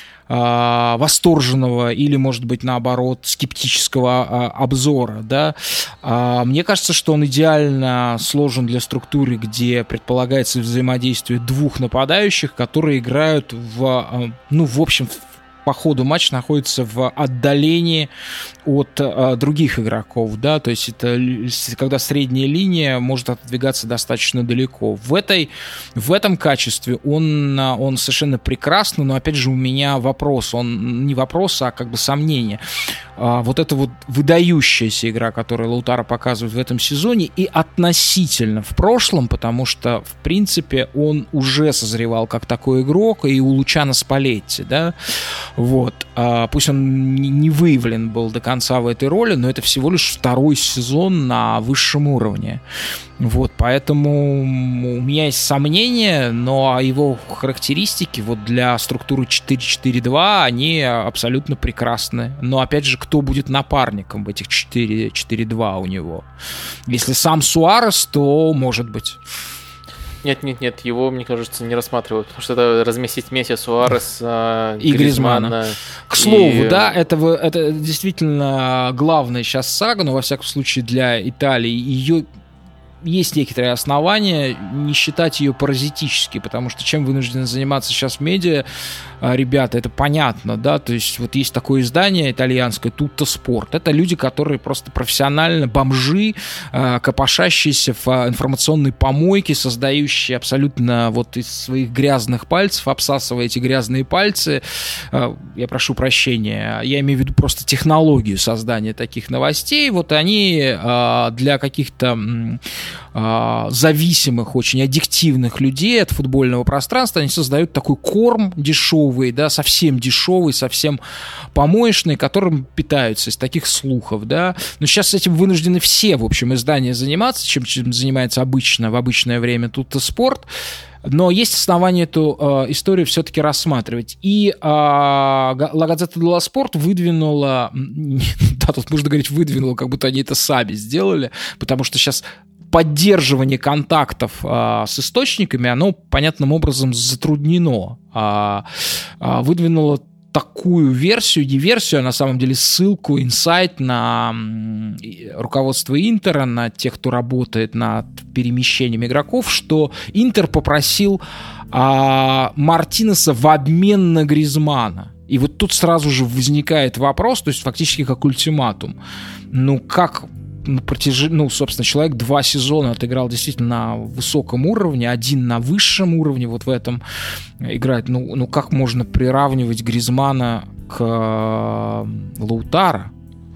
восторженного или, может быть, наоборот, скептического обзора, да. Мне кажется, что он идеально сложен для структуры, где предполагается взаимодействие двух нападающих, которые играют в общем, по ходу матча находится в отдалении от других игроков, да, то есть это когда средняя линия может отодвигаться достаточно далеко. В этом качестве он совершенно прекрасный, но опять же у меня вопрос, он не вопрос, а как бы сомнение. Вот эта вот выдающаяся игра, которую Лаутаро показывает в этом сезоне, и относительно в прошлом, потому что, в принципе, он уже созревал как такой игрок, и у Лучано Спалетти, да, вот. Пусть он не выявлен был до конца в этой роли, но это всего лишь второй сезон на высшем уровне. Вот, поэтому у меня есть сомнения, но его характеристики вот для структуры 4-4-2, они абсолютно прекрасны. Но, опять же, кто будет напарником в этих 4-4-2 у него? Если сам Суарес, то может быть... Нет, его, мне кажется, не рассматривают, потому что это разместить Месси, Суарес и Гризманна. К слову, да, это действительно главная сейчас сага, но, во всяком случае, для Италии ее... Есть некоторые основания не считать ее паразитической, потому что чем вынуждены заниматься сейчас медиа, ребята, это понятно, да, то есть вот есть такое издание итальянское «Tutto Sport», это люди, которые просто профессионально бомжи, копошащиеся в информационной помойке, создающие абсолютно вот из своих грязных пальцев, обсасывая эти грязные пальцы, я прошу прощения, я имею в виду просто технологию создания таких новостей, вот они для каких-то зависимых, очень аддиктивных людей от футбольного пространства, они создают такой корм дешевый, да, совсем дешевый, совсем помоечный, которым питаются из таких слухов, да. Но сейчас этим вынуждены все, в общем, издания заниматься, чем занимается обычно, в обычное время Tutto Sport. Но есть основания эту историю все-таки рассматривать. И La Gazzetta dello Sport выдвинула, да, тут можно говорить выдвинула, как будто они это сами сделали, потому что сейчас поддерживание контактов с источниками, оно понятным образом затруднено. Выдвинула такую версию, не версию, а на самом деле ссылку, инсайт на руководство Интера, на тех, кто работает над перемещением игроков, что Интер попросил Мартинеса в обмен на Гризманна. И вот тут сразу же возникает вопрос, то есть фактически как ультиматум. Собственно, человек 2 сезона отыграл действительно на высоком уровне, 1 на высшем уровне, вот в этом играет. Как можно приравнивать Гризманна Лаутаро.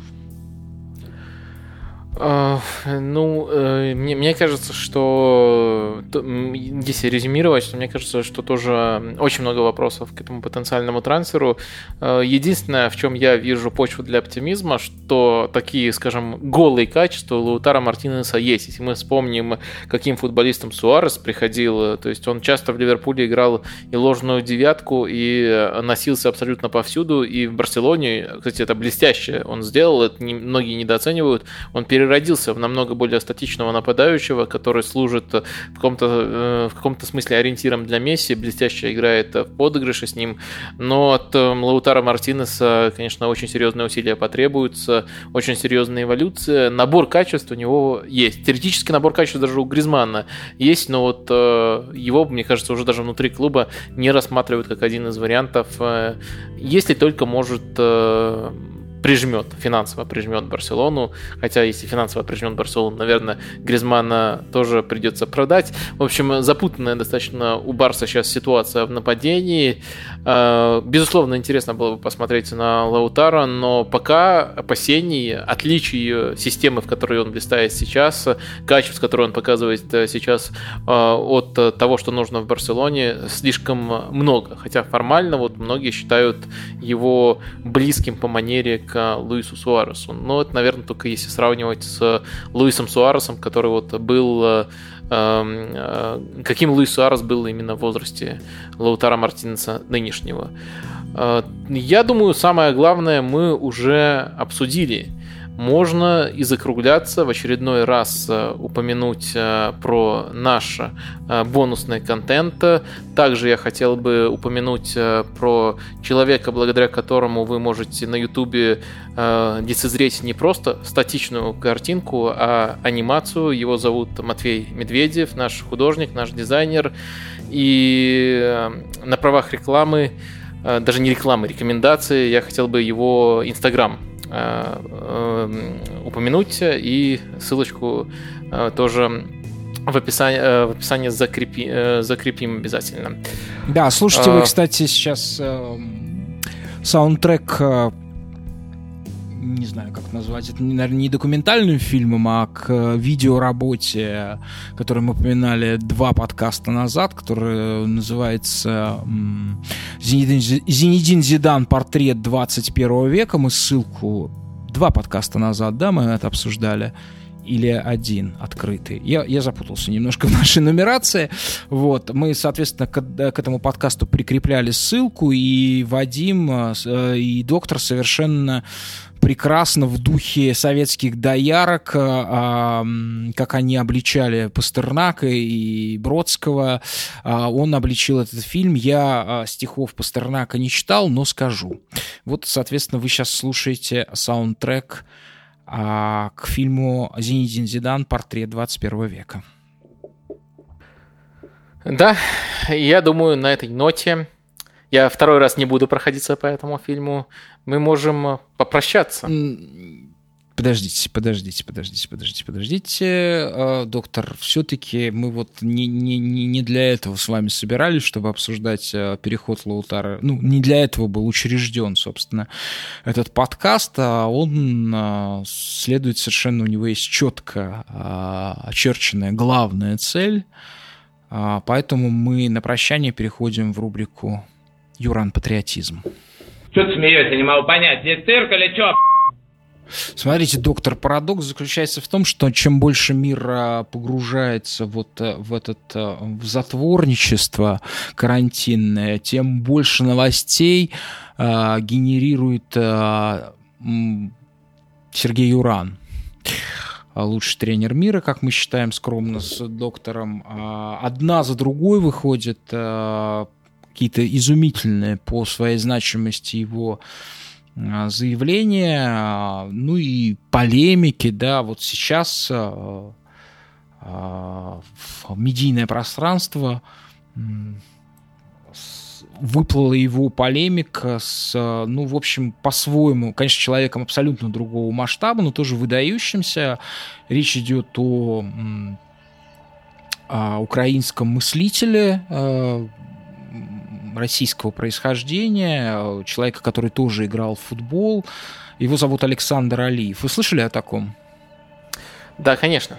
Мне кажется, что если резюмировать, то мне кажется, что тоже очень много вопросов к этому потенциальному трансферу. Единственное, в чем я вижу почву для оптимизма, что такие, скажем, голые качества у Лаутаро Мартинеса есть. Если мы вспомним, каким футболистом Суарес приходил, то есть он часто в Ливерпуле играл и ложную девятку, и носился абсолютно повсюду, и в Барселоне, кстати, это блестяще он сделал, это многие недооценивают, он переродился в намного более статичного нападающего, который служит в каком-то смысле ориентиром для Месси, блестяще играет в подыгрыше с ним, но от Лаутаро Мартинеса, конечно, очень серьезные усилия потребуются, очень серьезная эволюция, набор качеств у него есть. Теоретически набор качеств даже у Гризманна есть, но вот его, мне кажется, уже даже внутри клуба не рассматривают как один из вариантов, если только может финансово прижмет Барселону, хотя если финансово прижмет Барселону, наверное, Гризманна тоже придется продать. В общем, запутанная достаточно у Барса сейчас ситуация в нападении. Безусловно, интересно было бы посмотреть на Лаутаро, но пока опасений, отличий системы, в которой он блистает сейчас, качеств, которые он показывает сейчас от того, что нужно в Барселоне, слишком много. Хотя формально вот многие считают его близким по манере к Луису Суаресу. Но это, наверное, только если сравнивать с Луисом Суаресом, который вот был... каким Луис Суарес был именно в возрасте Лаутаро Мартинеса нынешнего. Я думаю, самое главное мы уже обсудили. Можно и закругляться, в очередной раз упомянуть про наш бонусный контент. Также я хотел бы упомянуть про человека, благодаря которому вы можете на YouTube лицезреть не просто статичную картинку, а анимацию. Его зовут Матвей Медведев, наш художник, наш дизайнер. И на правах рекламы, даже не рекламы, рекомендации, я хотел бы его Instagram упомянуть, и ссылочку тоже в описании закрепим обязательно. Да, слушайте, вы, кстати, сейчас саундтрек, не знаю, как назвать это, наверное, не документальным фильмом, а к видеоработе, которую мы упоминали 2 подкаста назад, который называется «Зинедин Зидан. Портрет 21 века». Мы ссылку 2 подкаста назад, да, мы это обсуждали. Или 1 открытый. Я запутался немножко в нашей нумерации. Вот. Мы, соответственно, к этому подкасту прикрепляли ссылку, и Вадим и доктор совершенно прекрасно в духе советских доярок, как они обличали Пастернака и Бродского, он обличил этот фильм. Я стихов Пастернака не читал, но скажу. Вот, соответственно, вы сейчас слушаете саундтрек к фильму «Зинедин Зидан. Портрет 21 века». Да, я думаю, на этой ноте я второй раз не буду проходиться по этому фильму. Мы можем попрощаться. Подождите. Доктор, все-таки мы вот не для этого с вами собирались, чтобы обсуждать переход Лаутаро. Ну, не для этого был учрежден, собственно, этот подкаст, а он следует совершенно, у него есть четко очерченная главная цель, поэтому мы на прощание переходим в рубрику «Юран Патриотизм». Что ты смеешься, не могу понять, здесь цирк или что? Смотрите, доктор, парадокс заключается в том, что чем больше мир погружается вот в затворничество карантинное, тем больше новостей генерирует Сергей Юран. Лучший тренер мира, как мы считаем скромно с доктором. Одна за другой выходят какие-то изумительные по своей значимости его заявления, ну и полемики, да, вот сейчас в медийное пространство выплыла его полемика с, ну, в общем, по-своему, конечно, человеком абсолютно другого масштаба, но тоже выдающимся. Речь идет о украинском мыслителе, российского происхождения, человека, который тоже играл в футбол. Его зовут Александр Алиев. Вы слышали о таком? Да, конечно.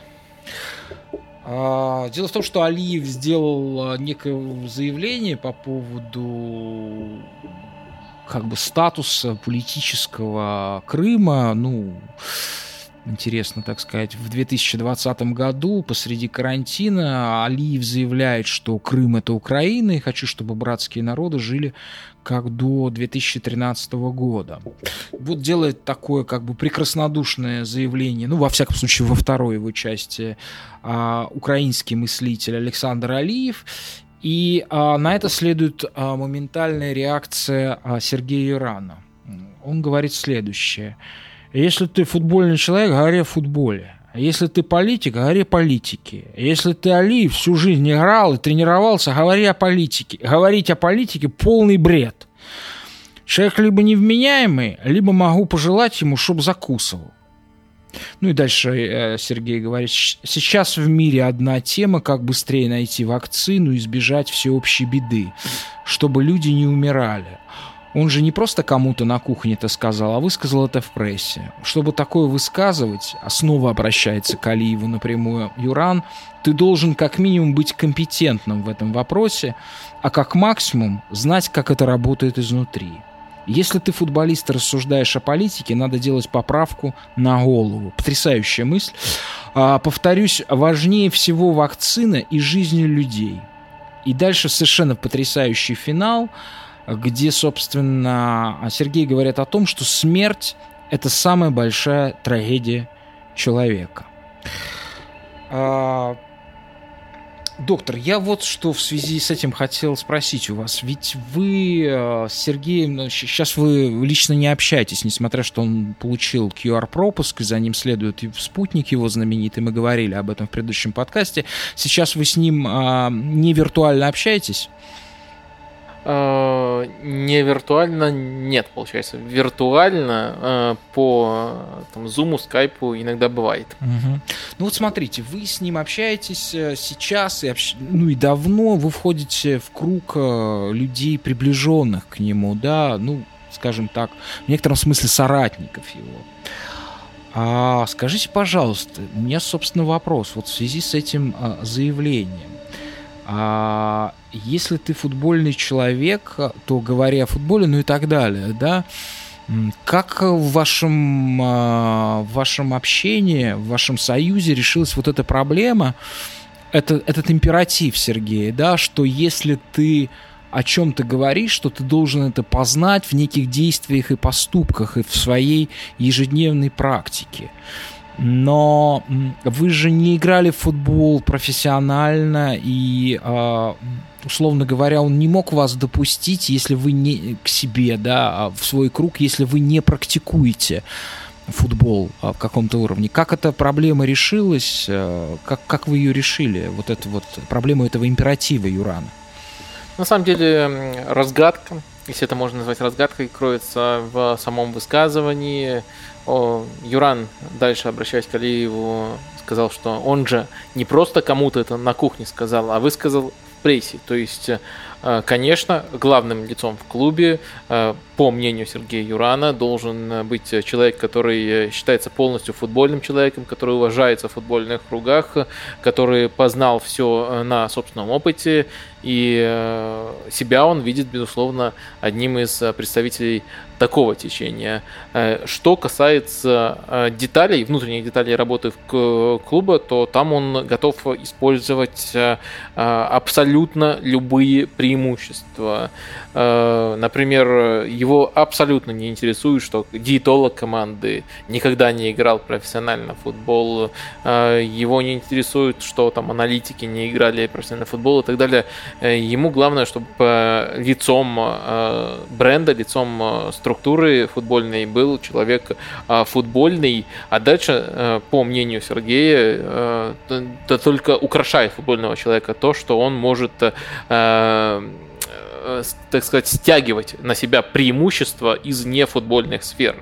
Дело в том, что Алиев сделал некое заявление по поводу статуса политического Крыма. Интересно, так сказать, в 2020 году посреди карантина Алиев заявляет, что Крым — это Украина, и хочу, чтобы братские народы жили как до 2013 года. Вот делает такое прекраснодушное заявление, во всяком случае, во второй его части, украинский мыслитель Александр Алиев. И на это следует моментальная реакция Сергея Юрана. Он говорит следующее. Если ты футбольный человек, говори о футболе. Если ты политик, говори о политике. Если ты Алиев всю жизнь играл и тренировался, говори о политике. Говорить о политике — полный бред. Человек либо невменяемый, либо могу пожелать ему, чтоб закусывал. И дальше Сергей говорит, сейчас в мире одна тема, как быстрее найти вакцину и избежать всеобщей беды, чтобы люди не умирали. Он же не просто кому-то на кухне это сказал, а высказал это в прессе. Чтобы такое высказывать, снова обращается к Алиеву напрямую Юран, ты должен как минимум быть компетентным в этом вопросе, а как максимум знать, как это работает изнутри. Если ты футболист и рассуждаешь о политике, надо делать поправку на голову. Потрясающая мысль. Повторюсь, важнее всего вакцина и жизни людей. И дальше совершенно потрясающий финал, где, собственно, Сергей говорит о том, что смерть – это самая большая трагедия человека. Доктор, я вот что в связи с этим хотел спросить у вас. Ведь вы с Сергеем, сейчас вы лично не общаетесь, несмотря что он получил QR-пропуск, и за ним следует и спутник его знаменитый, мы говорили об этом в предыдущем подкасте. Сейчас вы с ним не виртуально общаетесь? Не виртуально, нет, получается. Виртуально по Zoom, Skype иногда бывает. Угу. Вот смотрите, вы с ним общаетесь сейчас и давно, вы входите в круг людей, приближенных к нему, да, скажем так, в некотором смысле соратников его. Скажите, пожалуйста, у меня, собственно, вопрос вот в связи с этим заявлением. Если ты футбольный человек, то говори о футболе, и так далее, да? Как в вашем общении, в вашем союзе решилась вот эта проблема, этот императив, Сергей, да, что если ты о чем-то говоришь, что ты должен это познать в неких действиях и поступках, и в своей ежедневной практике. Но вы же не играли в футбол профессионально, и, условно говоря, он не мог вас допустить, если вы не к себе, да, в свой круг, если вы не практикуете футбол в каком-то уровне. Как эта проблема решилась? Как вы ее решили? Вот эту вот проблему этого императива Юрана. На самом деле разгадка, если это можно назвать разгадкой, кроется в самом высказывании. Юран, дальше обращаясь к Алиеву, сказал, что он же не просто кому-то это на кухне сказал, а высказал в прессе. То есть, конечно, главным лицом в клубе, по мнению Сергея Юрана, должен быть человек, который считается полностью футбольным человеком, который уважается в футбольных кругах, который познал все на собственном опыте, и себя он видит, безусловно, одним из представителей такого течения. Что касается деталей, внутренних деталей работы клуба, то там он готов использовать абсолютно любые преимущества. Например, его абсолютно не интересует, что диетолог команды никогда не играл профессионально в футбол, его не интересует, что там аналитики не играли профессионально в футбол и так далее. Ему главное, чтобы лицом бренда, лицом структуры футбольной был человек футбольный, а дальше, по мнению Сергея, это только украшает футбольного человека то, что он может так сказать, стягивать на себя преимущества из нефутбольных сфер.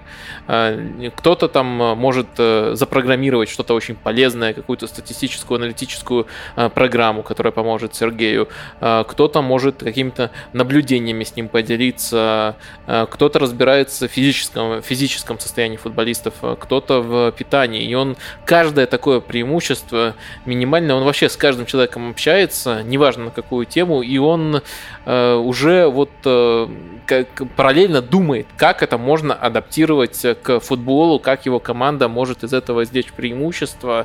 Кто-то там может запрограммировать что-то очень полезное, какую-то статистическую, аналитическую программу, которая поможет Сергею. Кто-то может какими-то наблюдениями с ним поделиться. Кто-то разбирается в физическом состоянии футболистов, кто-то в питании. И он каждое такое преимущество минимальное, он вообще с каждым человеком общается, неважно на какую тему, и он уже вот параллельно думает, как это можно адаптировать к футболу, как его команда может из этого извлечь преимущество.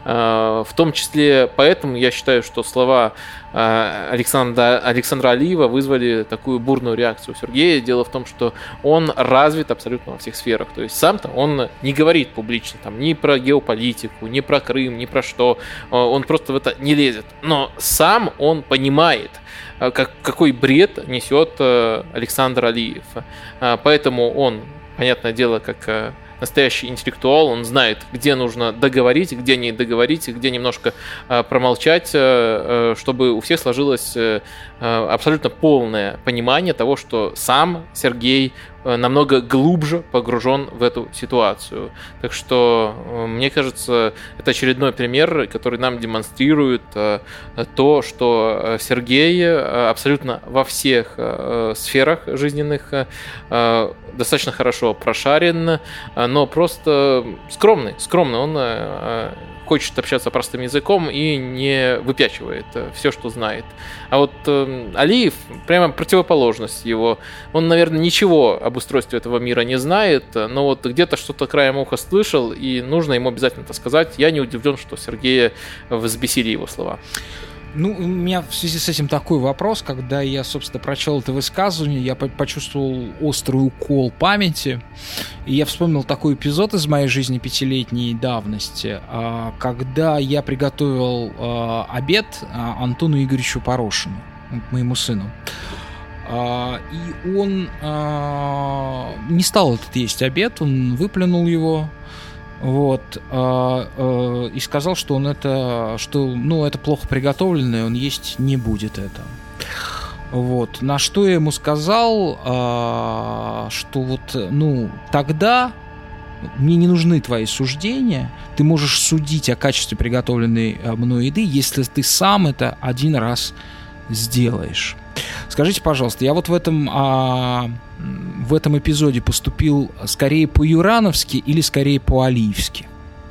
В том числе поэтому я считаю, что слова Александра Алиева вызвали такую бурную реакцию Сергея. Дело в том, что он развит абсолютно во всех сферах. То есть сам-то он не говорит публично там, ни про геополитику, ни про Крым, ни про что. Он просто в это не лезет. Но сам он понимает, какой бред несет Александр Алиев. Поэтому он, понятное дело, как настоящий интеллектуал, он знает, где нужно договорить, где не договорить, где немножко промолчать, чтобы у всех сложилось абсолютно полное понимание того, что сам Сергей намного глубже погружен в эту ситуацию. Так что, мне кажется, это очередной пример, который нам демонстрирует то, что Сергей абсолютно во всех сферах жизненных достаточно хорошо прошарен, но просто скромный. Он хочет общаться простым языком и не выпячивает все, что знает. А вот Алиев прямо противоположность его. Он, наверное, ничего об устройстве этого мира не знает, но вот где-то что-то краем уха слышал, и нужно ему обязательно это сказать. Я не удивлен, что Сергея взбесили его слова. Ну, у меня в связи с этим такой вопрос. Когда я, собственно, прочел это высказывание, я почувствовал острый укол памяти. И я вспомнил такой эпизод из моей жизни 5-летней давности, когда я приготовил обед Антону Игоревичу Порошину, моему сыну. И он не стал этот есть обед, он выплюнул его. Вот, и сказал, что это плохо приготовленное, он есть не будет это. Вот, на что я ему сказал, что тогда мне не нужны твои суждения, ты можешь судить о качестве приготовленной мной еды, если ты сам это один раз сделаешь. Скажите, пожалуйста, я вот в этом эпизоде поступил скорее по-юрановски или скорее по-алиевски?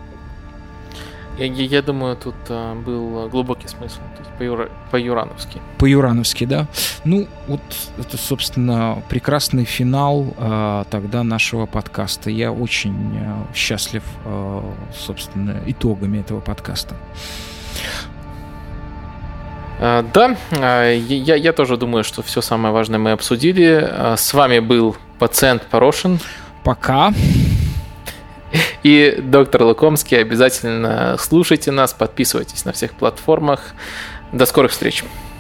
Я думаю, тут был глубокий смысл, то есть по-юрановски. По-юрановски, да? Ну, вот это, собственно, прекрасный финал тогда нашего подкаста. Я очень счастлив, собственно, итогами этого подкаста. Да, я тоже думаю, что все самое важное мы обсудили. С вами был пациент Порошин. Пока. И доктор Лукомский. Обязательно слушайте нас, подписывайтесь на всех платформах. До скорых встреч.